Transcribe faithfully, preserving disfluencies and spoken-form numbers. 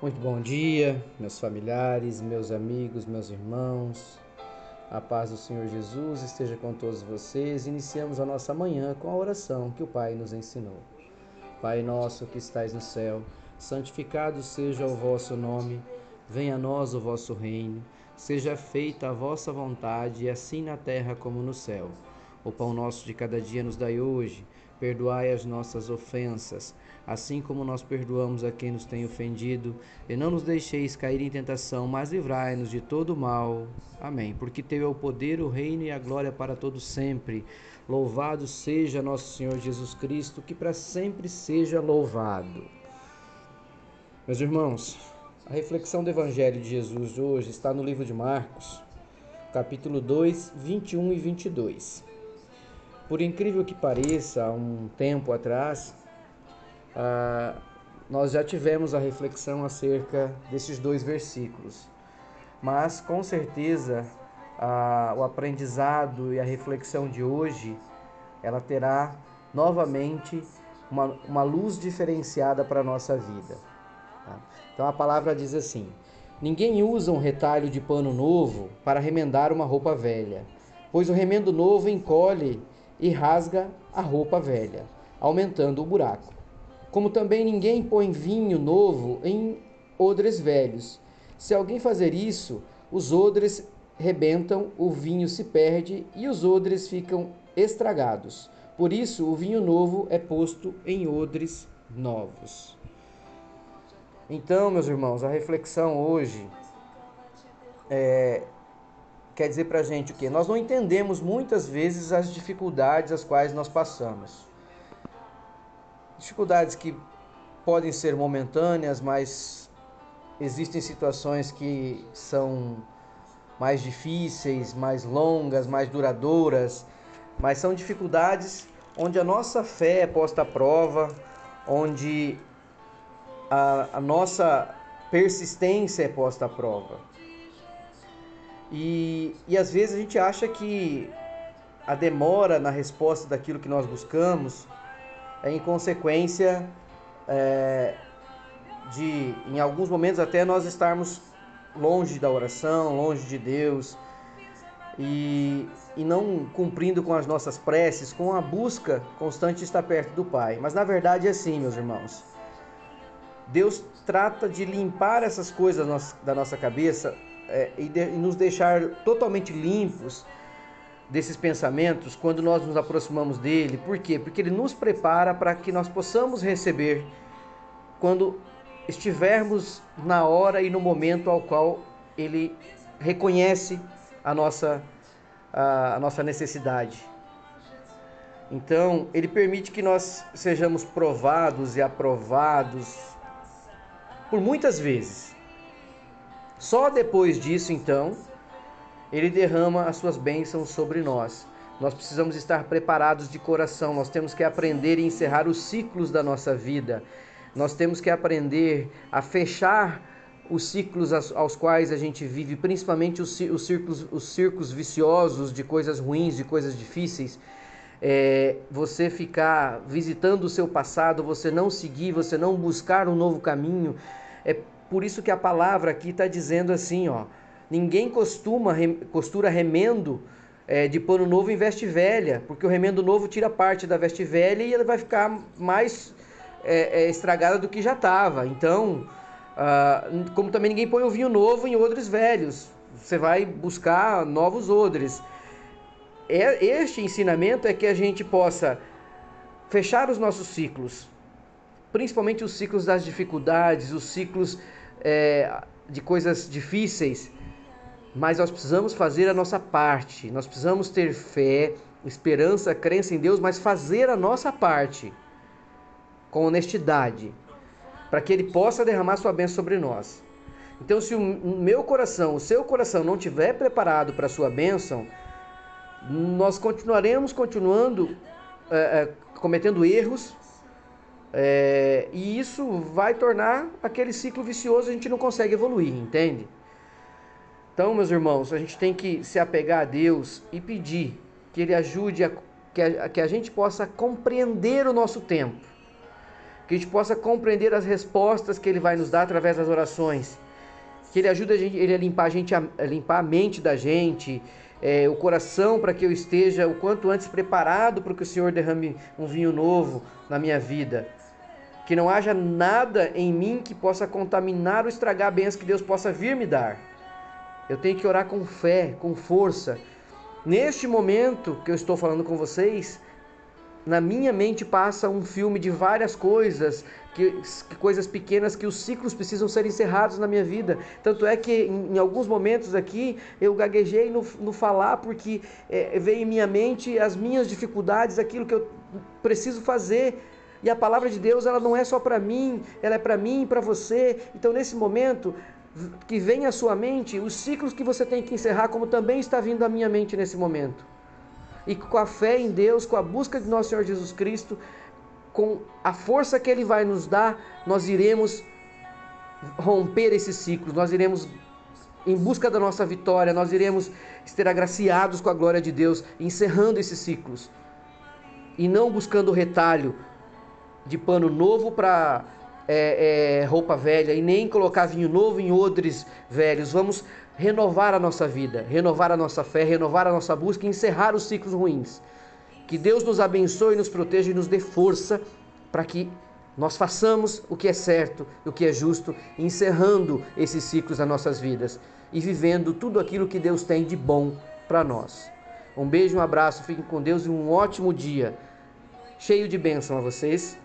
Muito bom dia, meus familiares, meus amigos, meus irmãos. A paz do Senhor Jesus esteja com todos vocês. Iniciamos a nossa manhã com a oração que o Pai nos ensinou. Pai nosso que estais no céu, santificado seja o vosso nome. Venha a nós o vosso reino. Seja feita a vossa vontade, assim na terra como no céu. O pão nosso de cada dia nos dai hoje. Perdoai as nossas ofensas, assim como nós perdoamos a quem nos tem ofendido, e não nos deixeis cair em tentação, mas livrai-nos de todo mal. Amém. Porque teu é o poder, o reino e a glória para todos sempre. Louvado seja nosso Senhor Jesus Cristo, que para sempre seja louvado. Meus irmãos, a reflexão do Evangelho de Jesus hoje está no livro de Marcos, capítulo dois, vinte e um e vinte e dois. Por incrível que pareça, há um tempo atrás, ah, nós já tivemos a reflexão acerca desses dois versículos. Mas, com certeza, ah, o aprendizado e a reflexão de hoje, ela terá novamente uma, uma luz diferenciada para a nossa vida. Tá? Então, a palavra diz assim: ninguém usa um retalho de pano novo para remendar uma roupa velha, pois o remendo novo encolhe e rasga a roupa velha, aumentando o buraco. Como também ninguém põe vinho novo em odres velhos. Se alguém fazer isso, os odres rebentam, o vinho se perde e os odres ficam estragados. Por isso, o vinho novo é posto em odres novos. Então, meus irmãos, a reflexão hoje é... quer dizer pra gente o quê? Nós não entendemos muitas vezes as dificuldades às quais nós passamos. Dificuldades que podem ser momentâneas, mas existem situações que são mais difíceis, mais longas, mais duradouras, mas são dificuldades onde a nossa fé é posta à prova, onde a, a nossa persistência é posta à prova. E, e às vezes a gente acha que a demora na resposta daquilo que nós buscamos é em consequência é, de, em alguns momentos, até nós estarmos longe da oração, longe de Deus e, e não cumprindo com as nossas preces, com a busca constante de estar perto do Pai. Mas na verdade é assim, meus irmãos. Deus trata de limpar essas coisas da nossa cabeça É, e, de, e nos deixar totalmente limpos desses pensamentos quando nós nos aproximamos dele. Por quê? Porque ele nos prepara para que nós possamos receber quando estivermos na hora e no momento ao qual ele reconhece a nossa, a, a nossa necessidade. Então, ele permite que nós sejamos provados e aprovados por muitas vezes. Só depois disso, então, ele derrama as suas bênçãos sobre nós. Nós precisamos estar preparados de coração, nós temos que aprender a encerrar os ciclos da nossa vida. Nós temos que aprender a fechar os ciclos aos quais a gente vive, principalmente os círculos, os círculos viciosos de coisas ruins, de coisas difíceis. É, você ficar visitando o seu passado, você não seguir, você não buscar um novo caminho. É por isso que a palavra aqui está dizendo assim, ó, ninguém costuma, costura remendo é, de pano novo em veste velha, porque o remendo novo tira parte da veste velha e ela vai ficar mais é, é, estragada do que já estava. Então, ah, como também ninguém põe o vinho novo em odres velhos, você vai buscar novos odres. Este ensinamento é que a gente possa fechar os nossos ciclos, principalmente os ciclos das dificuldades, os ciclos é, de coisas difíceis, mas nós precisamos fazer a nossa parte, nós precisamos ter fé, esperança, crença em Deus, mas fazer a nossa parte com honestidade, para que Ele possa derramar sua bênção sobre nós. Então, se o meu coração, o seu coração não estiver preparado para a sua bênção, nós continuaremos continuando é, é, cometendo erros, É, e isso vai tornar aquele ciclo vicioso, a gente não consegue evoluir, entende? Então, meus irmãos, a gente tem que se apegar a Deus e pedir que Ele ajude a que, a que a gente possa compreender o nosso tempo, que a gente possa compreender as respostas que Ele vai nos dar através das orações, que Ele ajude a, gente, ele a limpar a gente, a, a limpar a mente da gente, é, o coração, para que eu esteja o quanto antes preparado para que o Senhor derrame um vinho novo na minha vida. Que não haja nada em mim que possa contaminar ou estragar a bênção que Deus possa vir me dar. Eu tenho que orar com fé, com força. Neste momento que eu estou falando com vocês, na minha mente passa um filme de várias coisas, que, que coisas pequenas, que os ciclos precisam ser encerrados na minha vida. Tanto é que em, em alguns momentos aqui eu gaguejei no, no falar, porque é, veio em minha mente as minhas dificuldades, aquilo que eu preciso fazer. E a palavra de Deus, ela não é só para mim, ela é para mim e para você. Então, nesse momento, que vem à sua mente os ciclos que você tem que encerrar, como também está vindo à minha mente nesse momento. E com a fé em Deus, com a busca de nosso Senhor Jesus Cristo, com a força que Ele vai nos dar, nós iremos romper esses ciclos, nós iremos em busca da nossa vitória, nós iremos ser agraciados com a glória de Deus, encerrando esses ciclos. E não buscando o retalho de pano novo para é, é, roupa velha, e nem colocar vinho novo em odres velhos. Vamos renovar a nossa vida, renovar a nossa fé, renovar a nossa busca e encerrar os ciclos ruins. Que Deus nos abençoe, nos proteja e nos dê força para que nós façamos o que é certo, o que é justo, encerrando esses ciclos nas nossas vidas e vivendo tudo aquilo que Deus tem de bom para nós. Um beijo, um abraço, fiquem com Deus e um ótimo dia, cheio de bênção a vocês.